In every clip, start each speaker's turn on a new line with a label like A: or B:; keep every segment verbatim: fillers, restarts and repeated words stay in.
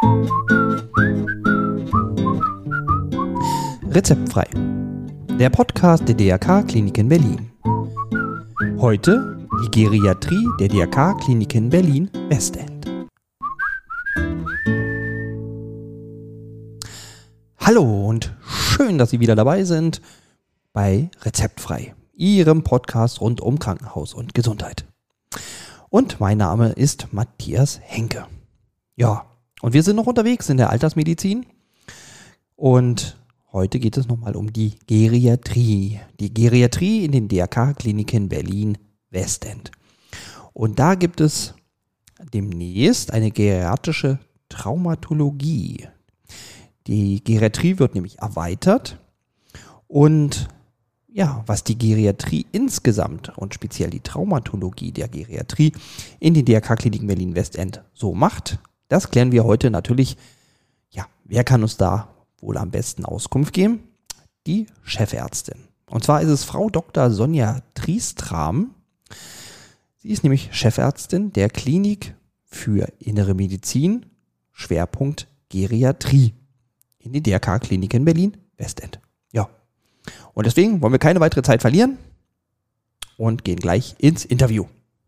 A: Rezeptfrei. Der Podcast der D R K-Klinik in Berlin. Heute die Geriatrie der D R K-Klinik in Berlin Westend. Hallo und schön, dass Sie wieder dabei sind bei Rezeptfrei, Ihrem Podcast rund um Krankenhaus und Gesundheit. Und mein Name ist Matthias Henke. Ja, und wir sind noch unterwegs in der Altersmedizin und heute geht es nochmal um die Geriatrie. Die Geriatrie in den D R K-Kliniken Berlin Westend. Und da gibt es demnächst eine geriatrische Traumatologie. Die Geriatrie wird nämlich erweitert und ja, was die Geriatrie insgesamt und speziell die Traumatologie der Geriatrie in den D R K-Kliniken Berlin Westend so macht, das klären wir heute natürlich. Ja, wer kann uns da wohl am besten Auskunft geben? Die Chefärztin. Und zwar ist es Frau Doktor Sonja Tristram. Sie ist nämlich Chefärztin der Klinik für Innere Medizin, Schwerpunkt Geriatrie in den D R K-Kliniken Berlin Westend. Ja, und deswegen wollen wir keine weitere Zeit verlieren und gehen gleich ins Interview.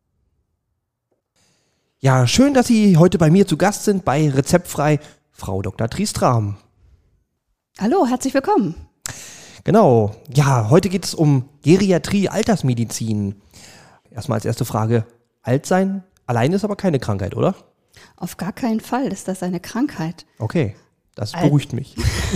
A: Ja, schön, dass Sie heute bei mir zu Gast sind bei Rezeptfrei, Frau Doktor Tristram.
B: Hallo, herzlich willkommen.
A: Genau, ja, heute geht es um Geriatrie, Altersmedizin. Erstmal als erste Frage, alt sein allein ist aber keine Krankheit, oder?
B: Auf gar keinen Fall ist das eine Krankheit.
A: Okay, das beruhigt mich.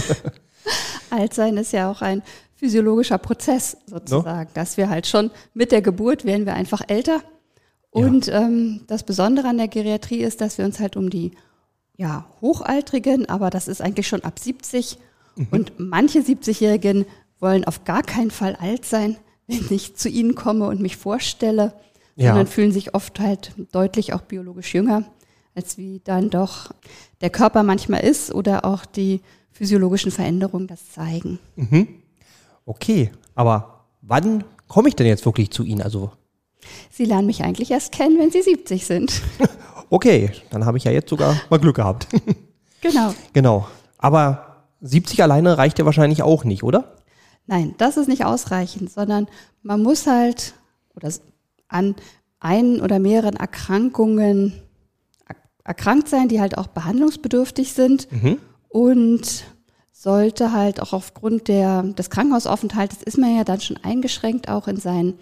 B: Altsein ist ja auch ein physiologischer Prozess sozusagen, no? Dass wir halt schon mit der Geburt werden wir einfach älter. Und ja. ähm, das Besondere an der Geriatrie ist, dass wir uns halt um die ja, Hochaltrigen, aber das ist eigentlich schon ab siebzig. Mhm. Und manche siebzigjährigen wollen auf gar keinen Fall alt sein, wenn ich zu ihnen komme und mich vorstelle, ja. sondern fühlen sich oft halt deutlich auch biologisch jünger, als wie dann doch der Körper manchmal ist oder auch die physiologischen Veränderungen das zeigen.
A: Mhm. Okay, aber wann komme ich denn jetzt wirklich zu Ihnen? Also
B: Sie lernen mich eigentlich erst kennen, wenn Sie siebzig sind.
A: Okay, dann habe ich ja jetzt sogar mal Glück gehabt.
B: Genau.
A: Genau, aber siebzig alleine reicht ja wahrscheinlich auch nicht, oder?
B: Nein, das ist nicht ausreichend, sondern man muss halt oder an ein oder mehreren Erkrankungen erkrankt sein, die halt auch behandlungsbedürftig sind mhm. und sollte halt auch aufgrund der, des Krankenhausaufenthaltes ist man ja dann schon eingeschränkt auch in seinen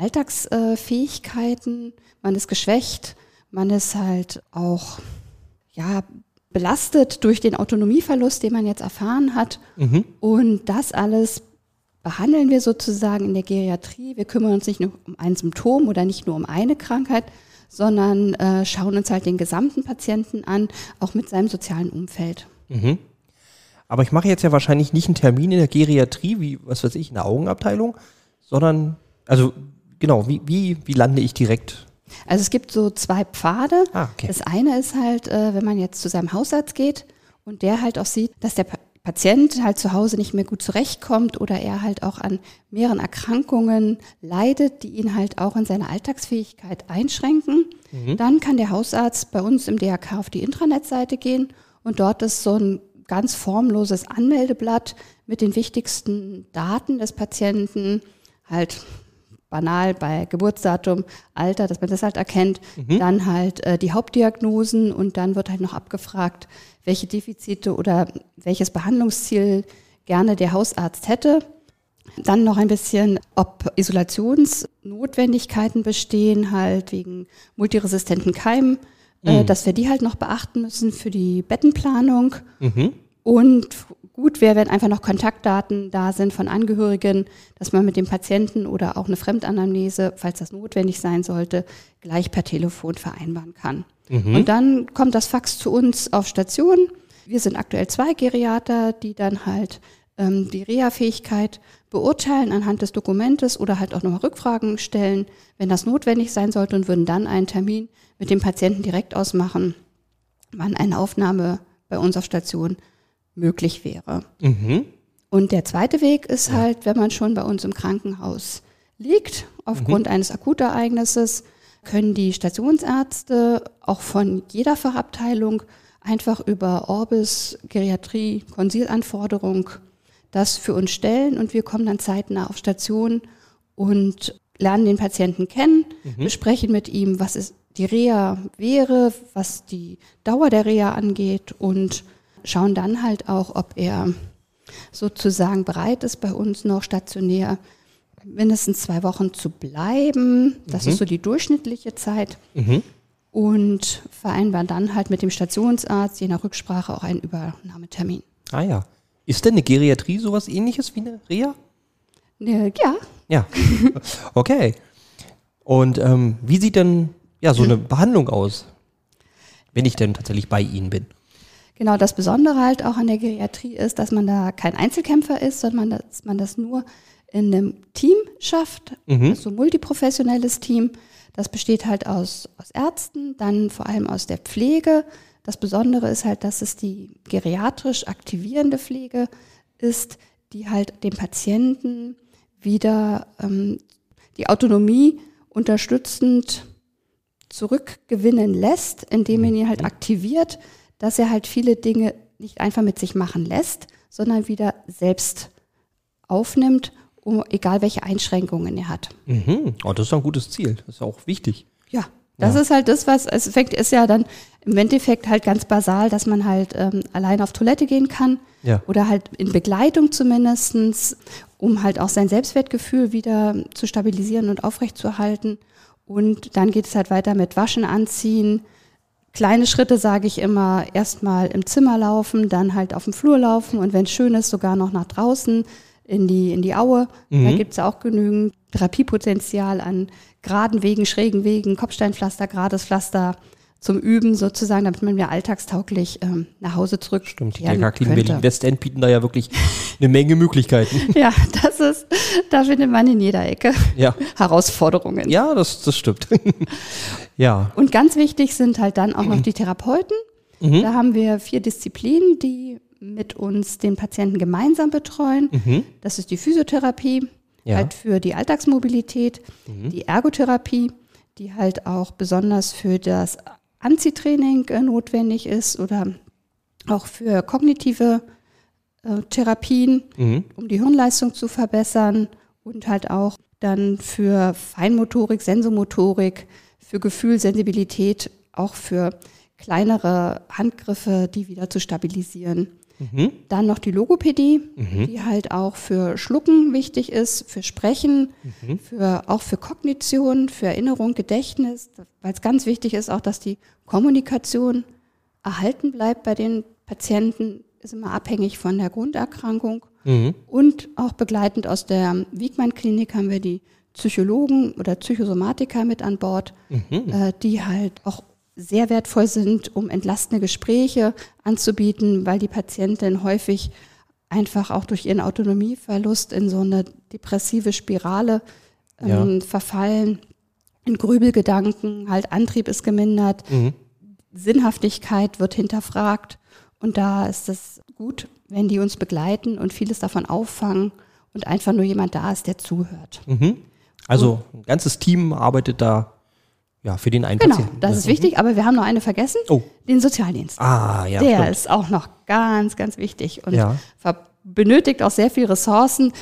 B: Alltagsfähigkeiten. Man ist geschwächt, man ist halt auch ja, belastet durch den Autonomieverlust, den man jetzt erfahren hat. Mhm. Und das alles behandeln wir sozusagen in der Geriatrie. Wir kümmern uns nicht nur um ein Symptom oder nicht nur um eine Krankheit, sondern äh, schauen uns halt den gesamten Patienten an, auch mit seinem sozialen Umfeld.
A: Mhm. Aber ich mache jetzt ja wahrscheinlich nicht einen Termin in der Geriatrie, wie, was weiß ich, in der Augenabteilung, sondern, also genau, wie, wie, wie lande ich direkt?
B: Also es gibt so zwei Pfade.
A: Ah, okay.
B: Das eine ist halt, äh, wenn man jetzt zu seinem Hausarzt geht und der halt auch sieht, dass der pa- Patient halt zu Hause nicht mehr gut zurechtkommt oder er halt auch an mehreren Erkrankungen leidet, die ihn halt auch in seiner Alltagsfähigkeit einschränken. Mhm. Dann kann der Hausarzt bei uns im D R K auf die Intranet-Seite gehen und dort ist so ein ganz formloses Anmeldeblatt mit den wichtigsten Daten des Patienten, halt banal bei Geburtsdatum, Alter, dass man das halt erkennt, mhm. dann halt äh, die Hauptdiagnosen und dann wird halt noch abgefragt, welche Defizite oder welches Behandlungsziel gerne der Hausarzt hätte. Dann noch ein bisschen, ob Isolationsnotwendigkeiten bestehen, halt wegen multiresistenten Keimen, mhm. äh, dass wir die halt noch beachten müssen für die Bettenplanung. Mhm. Und gut wäre, wenn einfach noch Kontaktdaten da sind von Angehörigen, dass man mit dem Patienten oder auch eine Fremdanamnese, falls das notwendig sein sollte, gleich per Telefon vereinbaren kann. Mhm. Und dann kommt das Fax zu uns auf Station. Wir sind aktuell zwei Geriater, die dann halt ähm, die Reha-Fähigkeit beurteilen anhand des Dokumentes oder halt auch nochmal Rückfragen stellen, wenn das notwendig sein sollte und würden dann einen Termin mit dem Patienten direkt ausmachen, wann eine Aufnahme bei uns auf Station möglich wäre. Mhm. Und der zweite Weg ist ja. halt, wenn man schon bei uns im Krankenhaus liegt, aufgrund mhm. eines Akutereignisses, können die Stationsärzte auch von jeder Fachabteilung einfach über Orbis, Geriatrie, Konsilanforderung das für uns stellen und wir kommen dann zeitnah auf Station und lernen den Patienten kennen, mhm. besprechen mit ihm, was ist die Reha wäre, was die Dauer der Reha angeht und schauen dann halt auch, ob er sozusagen bereit ist, bei uns noch stationär mindestens zwei Wochen zu bleiben. Das mhm. ist so die durchschnittliche Zeit. Mhm. Und vereinbaren dann halt mit dem Stationsarzt, je nach Rücksprache, auch einen Übernahmetermin.
A: Ah ja. Ist denn eine Geriatrie sowas ähnliches wie eine Reha?
B: Ne, ja.
A: Ja, okay. Und ähm, wie sieht denn ja, so eine Behandlung aus, wenn ich denn tatsächlich bei Ihnen bin?
B: Genau, das Besondere halt auch an der Geriatrie ist, dass man da kein Einzelkämpfer ist, sondern dass man das nur in einem Team schafft, mhm. also ein multiprofessionelles Team. Das besteht halt aus, aus Ärzten, dann vor allem aus der Pflege. Das Besondere ist halt, dass es die geriatrisch aktivierende Pflege ist, die halt dem Patienten wieder ähm, die Autonomie unterstützend zurückgewinnen lässt, indem man ihn halt aktiviert, dass er halt viele Dinge nicht einfach mit sich machen lässt, sondern wieder selbst aufnimmt, um, egal welche Einschränkungen er hat.
A: Mhm. Oh, das ist ein gutes Ziel. Das ist auch wichtig.
B: Ja, das ja. ist halt das, was, es ist ja dann im Endeffekt halt ganz basal, dass man halt ähm, allein auf Toilette gehen kann ja. oder halt in Begleitung zumindestens, um halt auch sein Selbstwertgefühl wieder zu stabilisieren und aufrechtzuerhalten. Und dann geht es halt weiter mit Waschen, Anziehen. Kleine Schritte sage ich immer, erstmal im Zimmer laufen, dann halt auf dem Flur laufen und wenn es schön ist, sogar noch nach draußen in die, in die Aue. Mhm. Da gibt es auch genügend Therapiepotenzial an geraden Wegen, schrägen Wegen, Kopfsteinpflaster, gerades Pflaster zum Üben sozusagen, damit man wieder alltagstauglich ähm, nach Hause zurück.
A: Stimmt, die Therapien Berlin-Westend bieten da ja wirklich eine Menge Möglichkeiten.
B: Ja, das ist, da findet man in jeder Ecke ja. Herausforderungen.
A: Ja, das, das stimmt. Ja.
B: Und ganz wichtig sind halt dann auch noch die Therapeuten. Mhm. Da haben wir vier Disziplinen, die mit uns den Patienten gemeinsam betreuen. Mhm. Das ist die Physiotherapie, ja. halt für die Alltagsmobilität, mhm. die Ergotherapie, die halt auch besonders für das Anziehtraining äh, notwendig ist oder auch für kognitive äh, Therapien, mhm. um die Hirnleistung zu verbessern und halt auch dann für Feinmotorik, Sensomotorik, für Gefühl, Sensibilität, auch für kleinere Handgriffe, die wieder zu stabilisieren. Mhm. Dann noch die Logopädie, mhm. die halt auch für Schlucken wichtig ist, für Sprechen, mhm. für, auch für Kognition, für Erinnerung, Gedächtnis, weil es ganz wichtig ist auch, dass die Kommunikation erhalten bleibt bei den Patienten, ist immer abhängig von der Grunderkrankung. Mhm. Und auch begleitend aus der Wiegmann-Klinik haben wir die Psychologen oder Psychosomatiker mit an Bord, mhm. äh, die halt auch sehr wertvoll sind, um entlastende Gespräche anzubieten, weil die Patienten häufig einfach auch durch ihren Autonomieverlust in so eine depressive Spirale ähm, ja. verfallen, in Grübelgedanken, halt Antrieb ist gemindert, mhm. Sinnhaftigkeit wird hinterfragt und da ist es gut, wenn die uns begleiten und vieles davon auffangen und einfach nur jemand da ist, der zuhört.
A: Mhm. Also ein ganzes Team arbeitet da ja, für den einen
B: Genau,
A: Patienten.
B: das ist wichtig, aber wir haben noch eine vergessen, oh. den Sozialdienst.
A: Ah, ja,
B: Der
A: stimmt.
B: ist auch noch ganz, ganz wichtig und
A: ja.
B: benötigt auch sehr viel Ressourcen.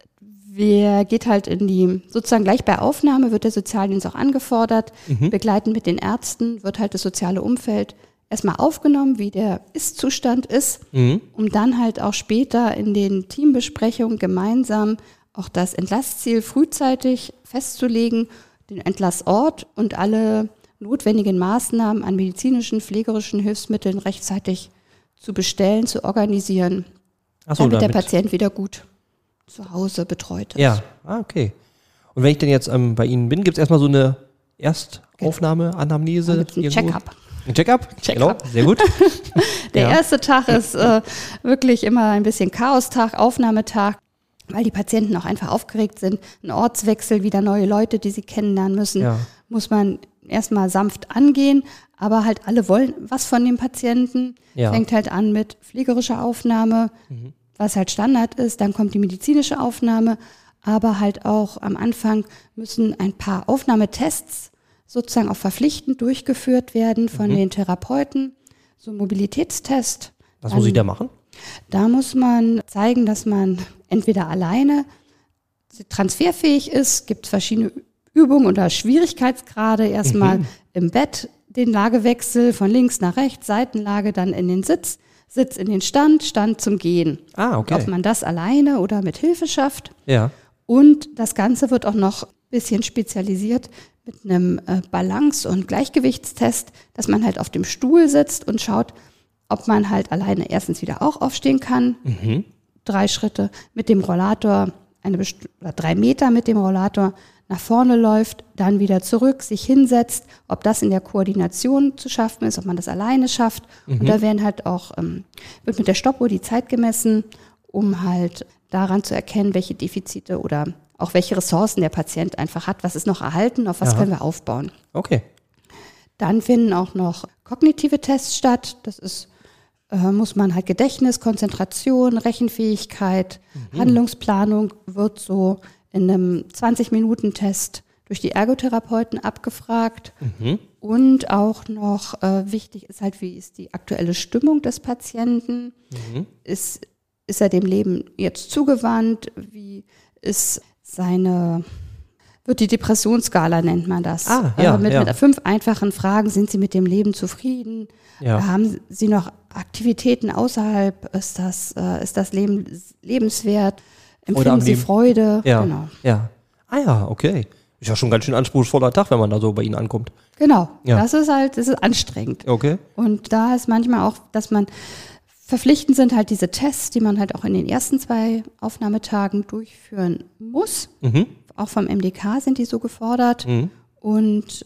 B: Wir geht halt in die, sozusagen gleich bei Aufnahme wird der Sozialdienst auch angefordert, mhm. begleitend mit den Ärzten wird halt das soziale Umfeld erstmal aufgenommen, wie der Ist-Zustand ist, mhm. um dann halt auch später in den Teambesprechungen gemeinsam auch das Entlastziel frühzeitig festzulegen, den Entlassort und alle notwendigen Maßnahmen an medizinischen, pflegerischen Hilfsmitteln rechtzeitig zu bestellen, zu organisieren, Ach so, damit, damit der Patient wieder gut zu Hause betreut ist.
A: Ja, ah, okay. Und wenn ich denn jetzt ähm, bei Ihnen bin, gibt es erstmal so eine Erstaufnahme, Anamnese?
B: Ein Check-up.
A: Ein Check-up?
B: Check
A: genau, sehr gut.
B: Der
A: ja.
B: erste Tag ist äh, wirklich immer ein bisschen Chaostag, Aufnahmetag, weil die Patienten auch einfach aufgeregt sind. Ein Ortswechsel, wieder neue Leute, die sie kennenlernen müssen, ja. muss man erstmal sanft angehen, aber halt alle wollen was von dem Patienten. Ja. Fängt halt an mit pflegerischer Aufnahme, mhm. was halt Standard ist, dann kommt die medizinische Aufnahme, aber halt auch am Anfang müssen ein paar Aufnahmetests sozusagen auch verpflichtend durchgeführt werden von mhm. den Therapeuten so ein Mobilitätstest.
A: Was muss ich da machen?
B: Da muss man zeigen, dass man entweder alleine transferfähig ist, gibt verschiedene Übungen oder Schwierigkeitsgrade. Erstmal mhm. im Bett den Lagewechsel von links nach rechts, Seitenlage, dann in den Sitz, Sitz in den Stand, Stand zum Gehen.
A: Ah, okay.
B: Ob man das alleine oder mit Hilfe schafft.
A: Ja.
B: Und das Ganze wird auch noch ein bisschen spezialisiert mit einem äh, Balance- und Gleichgewichtstest, dass man halt auf dem Stuhl sitzt und schaut, ob man halt alleine erstens wieder auch aufstehen kann.
A: Mhm.
B: Drei Schritte mit dem Rollator, eine best- oder drei Meter mit dem Rollator nach vorne läuft, dann wieder zurück, sich hinsetzt, ob das in der Koordination zu schaffen ist, ob man das alleine schafft. Mhm. Und da werden halt auch, ähm, wird mit der Stoppuhr die Zeit gemessen, um halt daran zu erkennen, welche Defizite oder auch welche Ressourcen der Patient einfach hat, was ist noch erhalten, auf was Aha. können wir aufbauen.
A: Okay.
B: Dann finden auch noch kognitive Tests statt. Das ist, äh, muss man halt Gedächtnis, Konzentration, Rechenfähigkeit, mhm. Handlungsplanung wird so in einem zwanzig-Minuten-Test durch die Ergotherapeuten abgefragt.
A: Mhm.
B: Und auch noch äh, wichtig ist halt, wie ist die aktuelle Stimmung des Patienten?
A: Mhm.
B: Ist, ist er dem Leben jetzt zugewandt? Wie ist seine, wird die Depressionsskala, nennt man das.
A: Ah, ja,
B: äh, mit,
A: ja.
B: mit fünf einfachen Fragen, sind Sie mit dem Leben zufrieden?
A: Ja.
B: Haben Sie noch Aktivitäten außerhalb? Ist das, äh, ist das Leben lebenswert? Empfinden Sie
A: Leben.
B: Freude?
A: Ja.
B: Genau.
A: ja. Ah ja, okay. Ist ja schon ein ganz schön anspruchsvoller Tag, wenn man da so bei Ihnen ankommt.
B: Genau.
A: Ja.
B: Das ist halt, das ist anstrengend.
A: Okay.
B: Und da ist manchmal auch, dass man verpflichtend sind halt diese Tests, die man halt auch in den ersten zwei Aufnahmetagen durchführen muss.
A: Mhm.
B: Auch vom M D K sind die so gefordert.
A: Mhm.
B: Und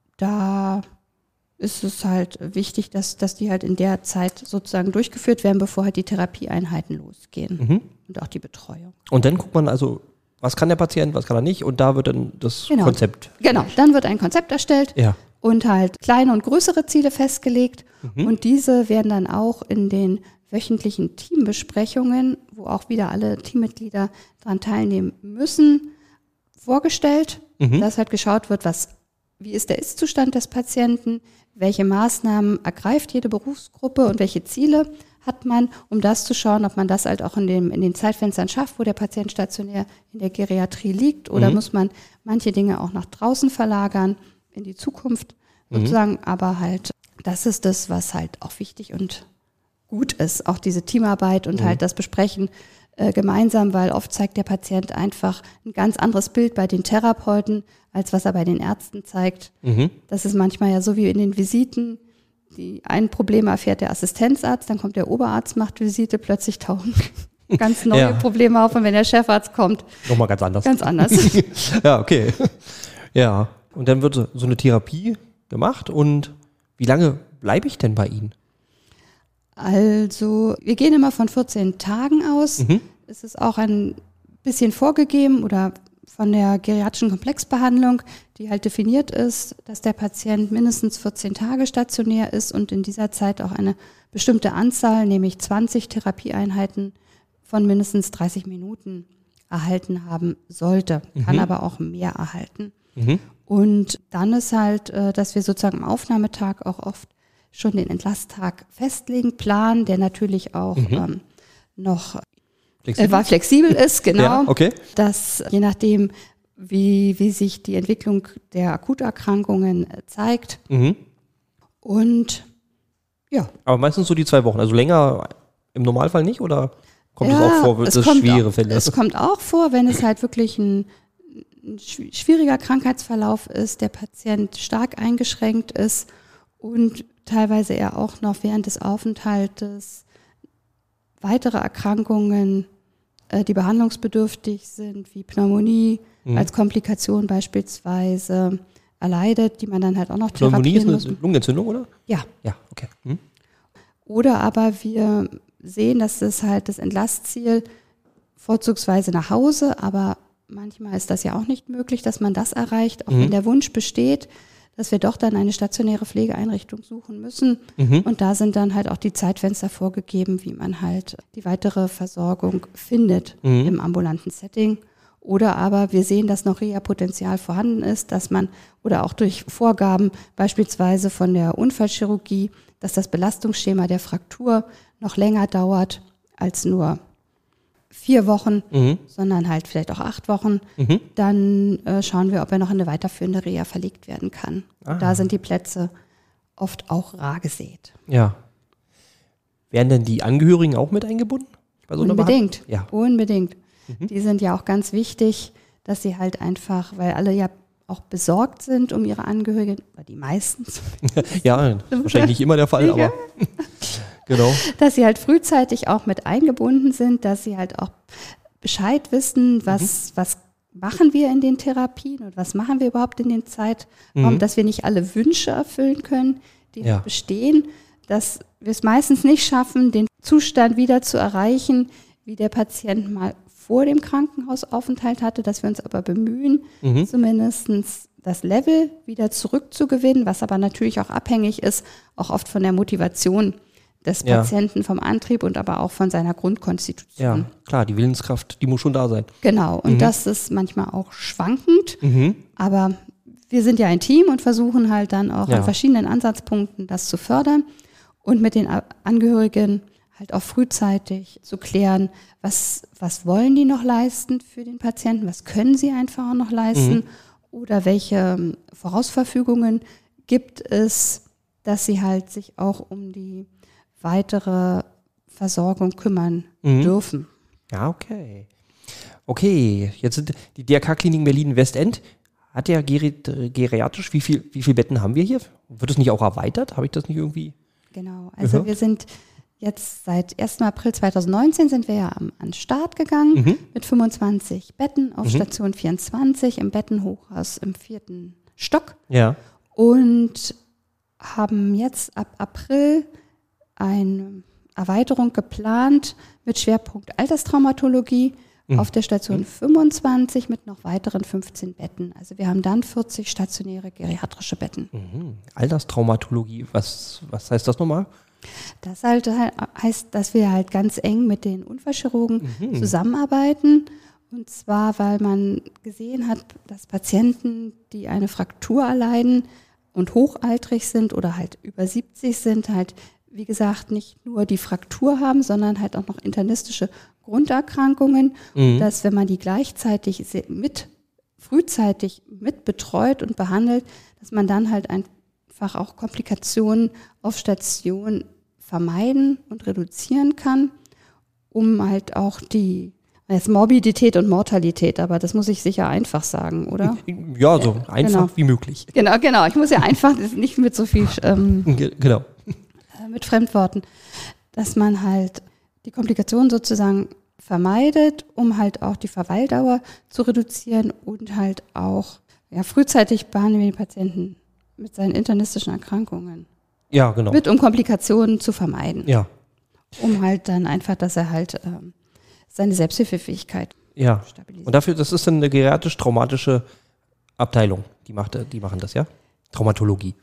B: da ist es halt wichtig, dass, dass die halt in der Zeit sozusagen durchgeführt werden, bevor halt die Therapieeinheiten losgehen.
A: Mhm.
B: Und auch die Betreuung.
A: Und dann guckt man also, was kann der Patient, was kann er nicht, und da wird dann das
B: Genau.
A: Konzept.
B: Genau, dann wird ein Konzept erstellt.
A: Ja.
B: Und halt kleine und größere Ziele festgelegt.
A: Mhm.
B: Und diese werden dann auch in den wöchentlichen Teambesprechungen, wo auch wieder alle Teammitglieder daran teilnehmen müssen, vorgestellt,
A: Mhm.
B: dass halt geschaut wird, was, wie ist der Ist-Zustand des Patienten, welche Maßnahmen ergreift jede Berufsgruppe und welche Ziele hat man, um das zu schauen, ob man das halt auch in, dem, in den Zeitfenstern schafft, wo der Patient stationär in der Geriatrie liegt, oder
A: Mhm.
B: muss man manche Dinge auch nach draußen verlagern, in die Zukunft sozusagen, aber halt, das ist das, was halt auch wichtig und gut ist, auch diese Teamarbeit und
A: Mhm.
B: halt das Besprechen äh, gemeinsam, weil oft zeigt der Patient einfach ein ganz anderes Bild bei den Therapeuten, als was er bei den Ärzten zeigt.
A: Mhm.
B: Das ist manchmal ja so wie in den Visiten, die ein Problem erfährt der Assistenzarzt, dann kommt der Oberarzt, macht Visite, plötzlich tauchen ganz neue
A: Ja.
B: Probleme auf, und wenn der Chefarzt kommt,
A: Nochmal ganz anders.
B: ganz anders.
A: Ja, okay. Ja, und dann wird so, so eine Therapie gemacht, und wie lange bleibe ich denn bei Ihnen?
B: Also wir gehen immer von vierzehn Tagen aus.
A: Mhm.
B: Es ist auch ein bisschen vorgegeben oder von der geriatrischen Komplexbehandlung, die halt definiert ist, dass der Patient mindestens vierzehn Tage stationär ist und in dieser Zeit auch eine bestimmte Anzahl, nämlich zwanzig Therapieeinheiten von mindestens dreißig Minuten erhalten haben sollte, kann
A: Mhm.
B: aber auch mehr erhalten.
A: Mhm.
B: Und dann ist halt, äh, dass wir sozusagen am Aufnahmetag auch oft schon den Entlasttag festlegen, planen, der natürlich auch
A: Mhm.
B: ähm, noch
A: Flexibel?
B: äh, war flexibel ist, genau.
A: Ja, okay.
B: Dass je nachdem, wie, wie sich die Entwicklung der Akuterkrankungen äh, zeigt.
A: Mhm.
B: Und ja.
A: Aber meistens so die zwei Wochen, also länger im Normalfall nicht, oder kommt es
B: ja,
A: auch vor, wird
B: es
A: das
B: kommt
A: schwere
B: auch,
A: Fälle?
B: Es kommt auch vor, wenn es halt wirklich ein, ein schwieriger Krankheitsverlauf ist, der Patient stark eingeschränkt ist und teilweise er auch noch während des Aufenthaltes weitere Erkrankungen, äh, die behandlungsbedürftig sind, wie Pneumonie
A: Mhm.
B: als Komplikation beispielsweise erleidet, die man dann halt auch noch
A: Pneumonie ist
B: therapieren
A: eine
B: muss.
A: Lungenentzündung, oder?
B: Ja.
A: Ja, okay. Hm?
B: Oder aber wir sehen, dass das halt das Entlastziel vorzugsweise nach Hause, aber manchmal ist das ja auch nicht möglich, dass man das erreicht, auch
A: Mhm.
B: wenn der Wunsch besteht, dass wir doch dann eine stationäre Pflegeeinrichtung suchen müssen.
A: Mhm.
B: Und da sind dann halt auch die Zeitfenster vorgegeben, wie man halt die weitere Versorgung findet
A: Mhm.
B: im ambulanten Setting. Oder aber wir sehen, dass noch Reha-Potenzial vorhanden ist, dass man, oder auch durch Vorgaben beispielsweise von der Unfallchirurgie, dass das Belastungsschema der Fraktur noch länger dauert als nur vier Wochen, mhm. sondern halt vielleicht auch acht Wochen. Mhm. Dann äh, schauen wir, ob er noch in eine weiterführende Reha verlegt werden kann. Da sind die Plätze oft auch rar gesät.
A: Ja. Werden denn die Angehörigen auch mit eingebunden? Bei so einer
B: Unbedingt,
A: ja.
B: unbedingt. Mhm. Die sind ja auch ganz wichtig, dass sie halt einfach, weil alle ja auch besorgt sind um ihre Angehörigen, oder die meisten.
A: Ja, wahrscheinlich nicht immer der Fall, aber genau.
B: Dass sie halt frühzeitig auch mit eingebunden sind, dass sie halt auch Bescheid wissen, was, mhm. was machen wir in den Therapien und was machen wir überhaupt in den Zeitraum, mhm. dass wir nicht alle Wünsche erfüllen können, die ja. bestehen, dass wir es meistens nicht schaffen, den Zustand wieder zu erreichen, wie der Patient mal vor dem Krankenhausaufenthalt hatte, dass wir uns aber bemühen, mhm. zumindest das Level wieder zurückzugewinnen, was aber natürlich auch abhängig ist, auch oft von der Motivation des ja. Patienten, vom Antrieb und aber auch von seiner Grundkonstitution.
A: Ja, klar, die Willenskraft, die muss schon da sein.
B: Genau, und mhm. das ist manchmal auch schwankend,
A: mhm.
B: aber wir sind ja ein Team und versuchen halt dann auch
A: ja.
B: an verschiedenen Ansatzpunkten das zu fördern und mit den Angehörigen halt auch frühzeitig zu klären, was, was wollen die noch leisten für den Patienten, was können sie einfach auch noch leisten mhm. oder welche Vorausverfügungen gibt es, dass sie halt sich auch um die weitere Versorgung kümmern mhm. dürfen.
A: Ja, okay. Okay, jetzt sind die D R K-Klinik Berlin-Westend. Hat der geriatrisch, wie viel, wie viele Betten haben wir hier? Wird es nicht auch erweitert? Habe ich das nicht irgendwie
B: Genau, also gehört? Wir sind jetzt seit ersten April zweitausendneunzehn sind wir ja am, an den Start gegangen mhm. mit fünfundzwanzig Betten auf mhm. Station vierundzwanzig im Bettenhochhaus im vierten Stock.
A: Ja.
B: Und haben jetzt ab April eine Erweiterung geplant mit Schwerpunkt Alterstraumatologie mhm. auf der Station mhm. fünfundzwanzig mit noch weiteren fünfzehn Betten. Also wir haben dann vierzig stationäre geriatrische Betten.
A: Mhm. Alterstraumatologie, was, was heißt das nochmal?
B: Das halt heißt, dass wir halt ganz eng mit den Unfallchirurgen mhm. zusammenarbeiten. Und zwar, weil man gesehen hat, dass Patienten, die eine Fraktur erleiden und hochaltrig sind oder halt über siebzig sind, halt, wie gesagt, nicht nur die Fraktur haben, sondern halt auch noch internistische Grunderkrankungen. Mhm. Dass, wenn man die gleichzeitig mit, frühzeitig mit betreut und behandelt, dass man dann halt einfach auch Komplikationen auf Station vermeiden und reduzieren kann, um halt auch die jetzt Morbidität und Mortalität, aber das muss ich sicher einfach sagen, oder?
A: Ja, so ja, einfach
B: genau.
A: wie möglich.
B: Genau, genau. Ich muss ja einfach, nicht mit so viel, ähm,
A: genau.
B: mit Fremdworten, dass man halt die Komplikationen sozusagen vermeidet, um halt auch die Verweildauer zu reduzieren und halt auch ja, frühzeitig behandeln wir die Patienten mit seinen internistischen Erkrankungen.
A: Ja, genau.
B: Mit, um Komplikationen zu vermeiden.
A: Ja.
B: Um halt dann einfach, dass er halt ähm, seine Selbsthilfefähigkeit
A: ja. stabilisiert. Und dafür, das ist dann eine geriatrisch-traumatische Abteilung, die, macht, die machen das, ja? Traumatologie.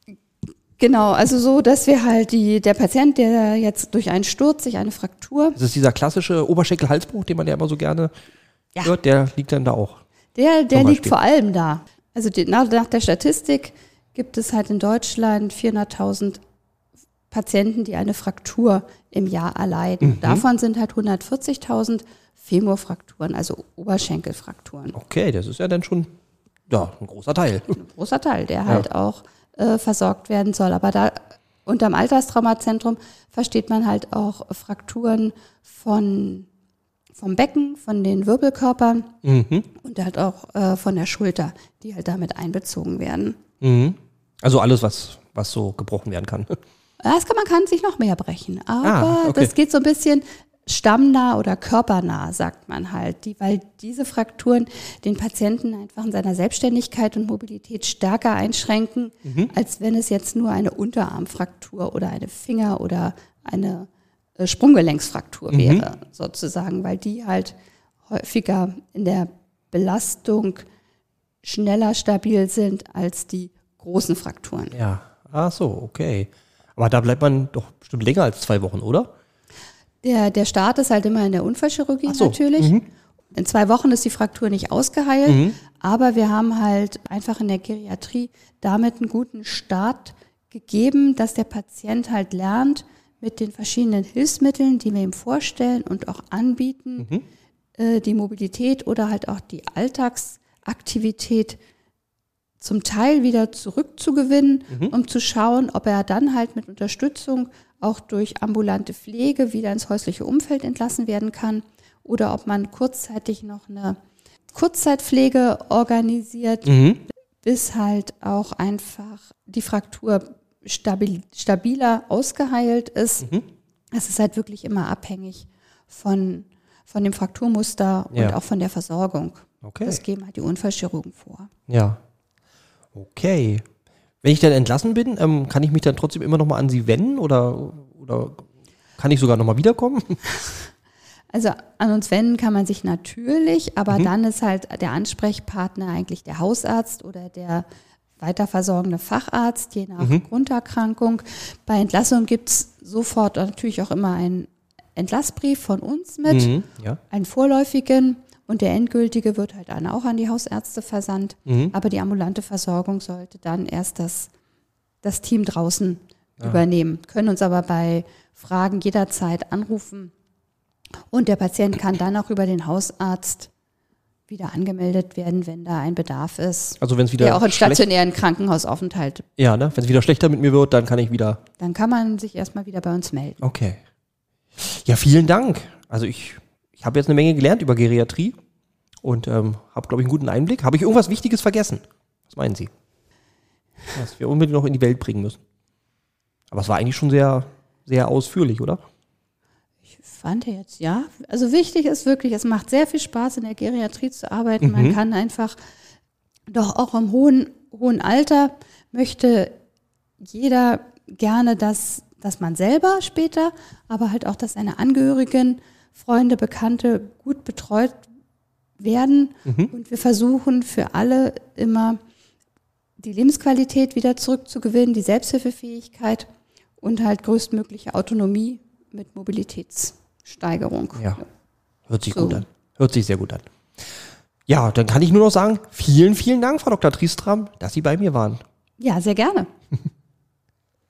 B: Genau, also so, dass wir halt die, der Patient, der jetzt durch einen Sturz, sich eine Fraktur.
A: Das ist dieser klassische Oberschenkel-Halsbruch, den man ja immer so gerne
B: ja.
A: hört, der liegt dann da auch.
B: Der, der liegt vor allem da. Also die, nach, nach der Statistik gibt es halt in Deutschland vierhunderttausend Patienten, die eine Fraktur im Jahr erleiden. Mhm. Davon sind halt hundertvierzigtausend Femurfrakturen, also Oberschenkelfrakturen.
A: Okay, das ist ja dann schon ja, ein großer Teil.
B: Ein großer Teil, der ja. halt auch äh, versorgt werden soll. Aber da unterm Alterstraumazentrum versteht man halt auch Frakturen von, vom Becken, von den Wirbelkörpern mhm. und halt auch äh, von der Schulter, die halt damit einbezogen werden.
A: Mhm. Also alles, was, was so gebrochen werden kann.
B: Das kann, man kann sich noch mehr brechen, aber
A: ah, okay.
B: das geht so ein bisschen stammnah oder körpernah, sagt man halt, die, weil diese Frakturen den Patienten einfach in seiner Selbstständigkeit und Mobilität stärker einschränken, mhm. als wenn es jetzt nur eine Unterarmfraktur oder eine Finger- oder eine äh, Sprunggelenksfraktur mhm. wäre, sozusagen, weil die halt häufiger in der Belastung schneller stabil sind als die großen Frakturen.
A: Ja, ach so, okay. Aber da bleibt man doch bestimmt länger als zwei Wochen, oder?
B: Der, der Start ist halt immer in der Unfallchirurgie
A: so.
B: natürlich. Mhm. In zwei Wochen ist die Fraktur nicht ausgeheilt, mhm. aber wir haben halt einfach in der Geriatrie damit einen guten Start gegeben, dass der Patient halt lernt, mit den verschiedenen Hilfsmitteln, die wir ihm vorstellen und auch anbieten, mhm. äh, die Mobilität oder halt auch die Alltagsaktivität zum Teil wieder zurückzugewinnen, mhm. um zu schauen, ob er dann halt mit Unterstützung auch durch ambulante Pflege wieder ins häusliche Umfeld entlassen werden kann oder ob man kurzzeitig noch eine Kurzzeitpflege organisiert, mhm. bis halt auch einfach die Fraktur stabil, stabiler ausgeheilt ist. Mhm. Es ist halt wirklich immer abhängig von, von dem Frakturmuster ja. und auch von der Versorgung. Okay. Das geben halt die Unfallchirurgen vor.
A: Ja. Okay. Wenn ich dann entlassen bin, ähm, kann ich mich dann trotzdem immer noch mal an Sie wenden oder, oder kann ich sogar noch mal wiederkommen?
B: Also an uns wenden kann man sich natürlich, aber mhm. dann ist halt der Ansprechpartner eigentlich der Hausarzt oder der weiterversorgende Facharzt, je nach mhm. Grunderkrankung. Bei Entlassung gibt es sofort natürlich auch immer einen Entlassbrief von uns mit, mhm. ja. einen vorläufigen. Und der endgültige wird halt dann auch an die Hausärzte versandt. Mhm. Aber die ambulante Versorgung sollte dann erst das, das Team draußen ah. übernehmen. Können uns aber bei Fragen jederzeit anrufen. Und der Patient kann dann auch über den Hausarzt wieder angemeldet werden, wenn da ein Bedarf ist.
A: Also wenn es wieder
B: ja, auch im stationären Krankenhausaufenthalt.
A: Ja, ne? Wenn es wieder schlechter mit mir wird, dann kann ich wieder.
B: Dann kann man sich erstmal wieder bei uns melden.
A: Okay. Ja, vielen Dank. Also ich. Ich habe jetzt eine Menge gelernt über Geriatrie und ähm, habe, glaube ich, einen guten Einblick. Habe ich irgendwas Wichtiges vergessen? Was meinen Sie? Was wir unbedingt noch in die Welt bringen müssen. Aber es war eigentlich schon sehr, sehr ausführlich, oder?
B: Ich fand jetzt, ja. Also wichtig ist wirklich, es macht sehr viel Spaß, in der Geriatrie zu arbeiten. Mhm. Man kann einfach, doch auch im hohen, hohen Alter möchte jeder gerne, dass, dass man selber später, aber halt auch, dass seine Angehörigen, Freunde, Bekannte gut betreut werden. Mhm. Und wir versuchen für alle immer die Lebensqualität wieder zurückzugewinnen, die Selbsthilfefähigkeit und halt größtmögliche Autonomie mit Mobilitätssteigerung.
A: Ja, hört sich so gut an. Hört sich sehr gut an. Ja, dann kann ich nur noch sagen, vielen, vielen Dank, Frau Doktor Tristram, dass Sie bei mir waren.
B: Ja, sehr gerne.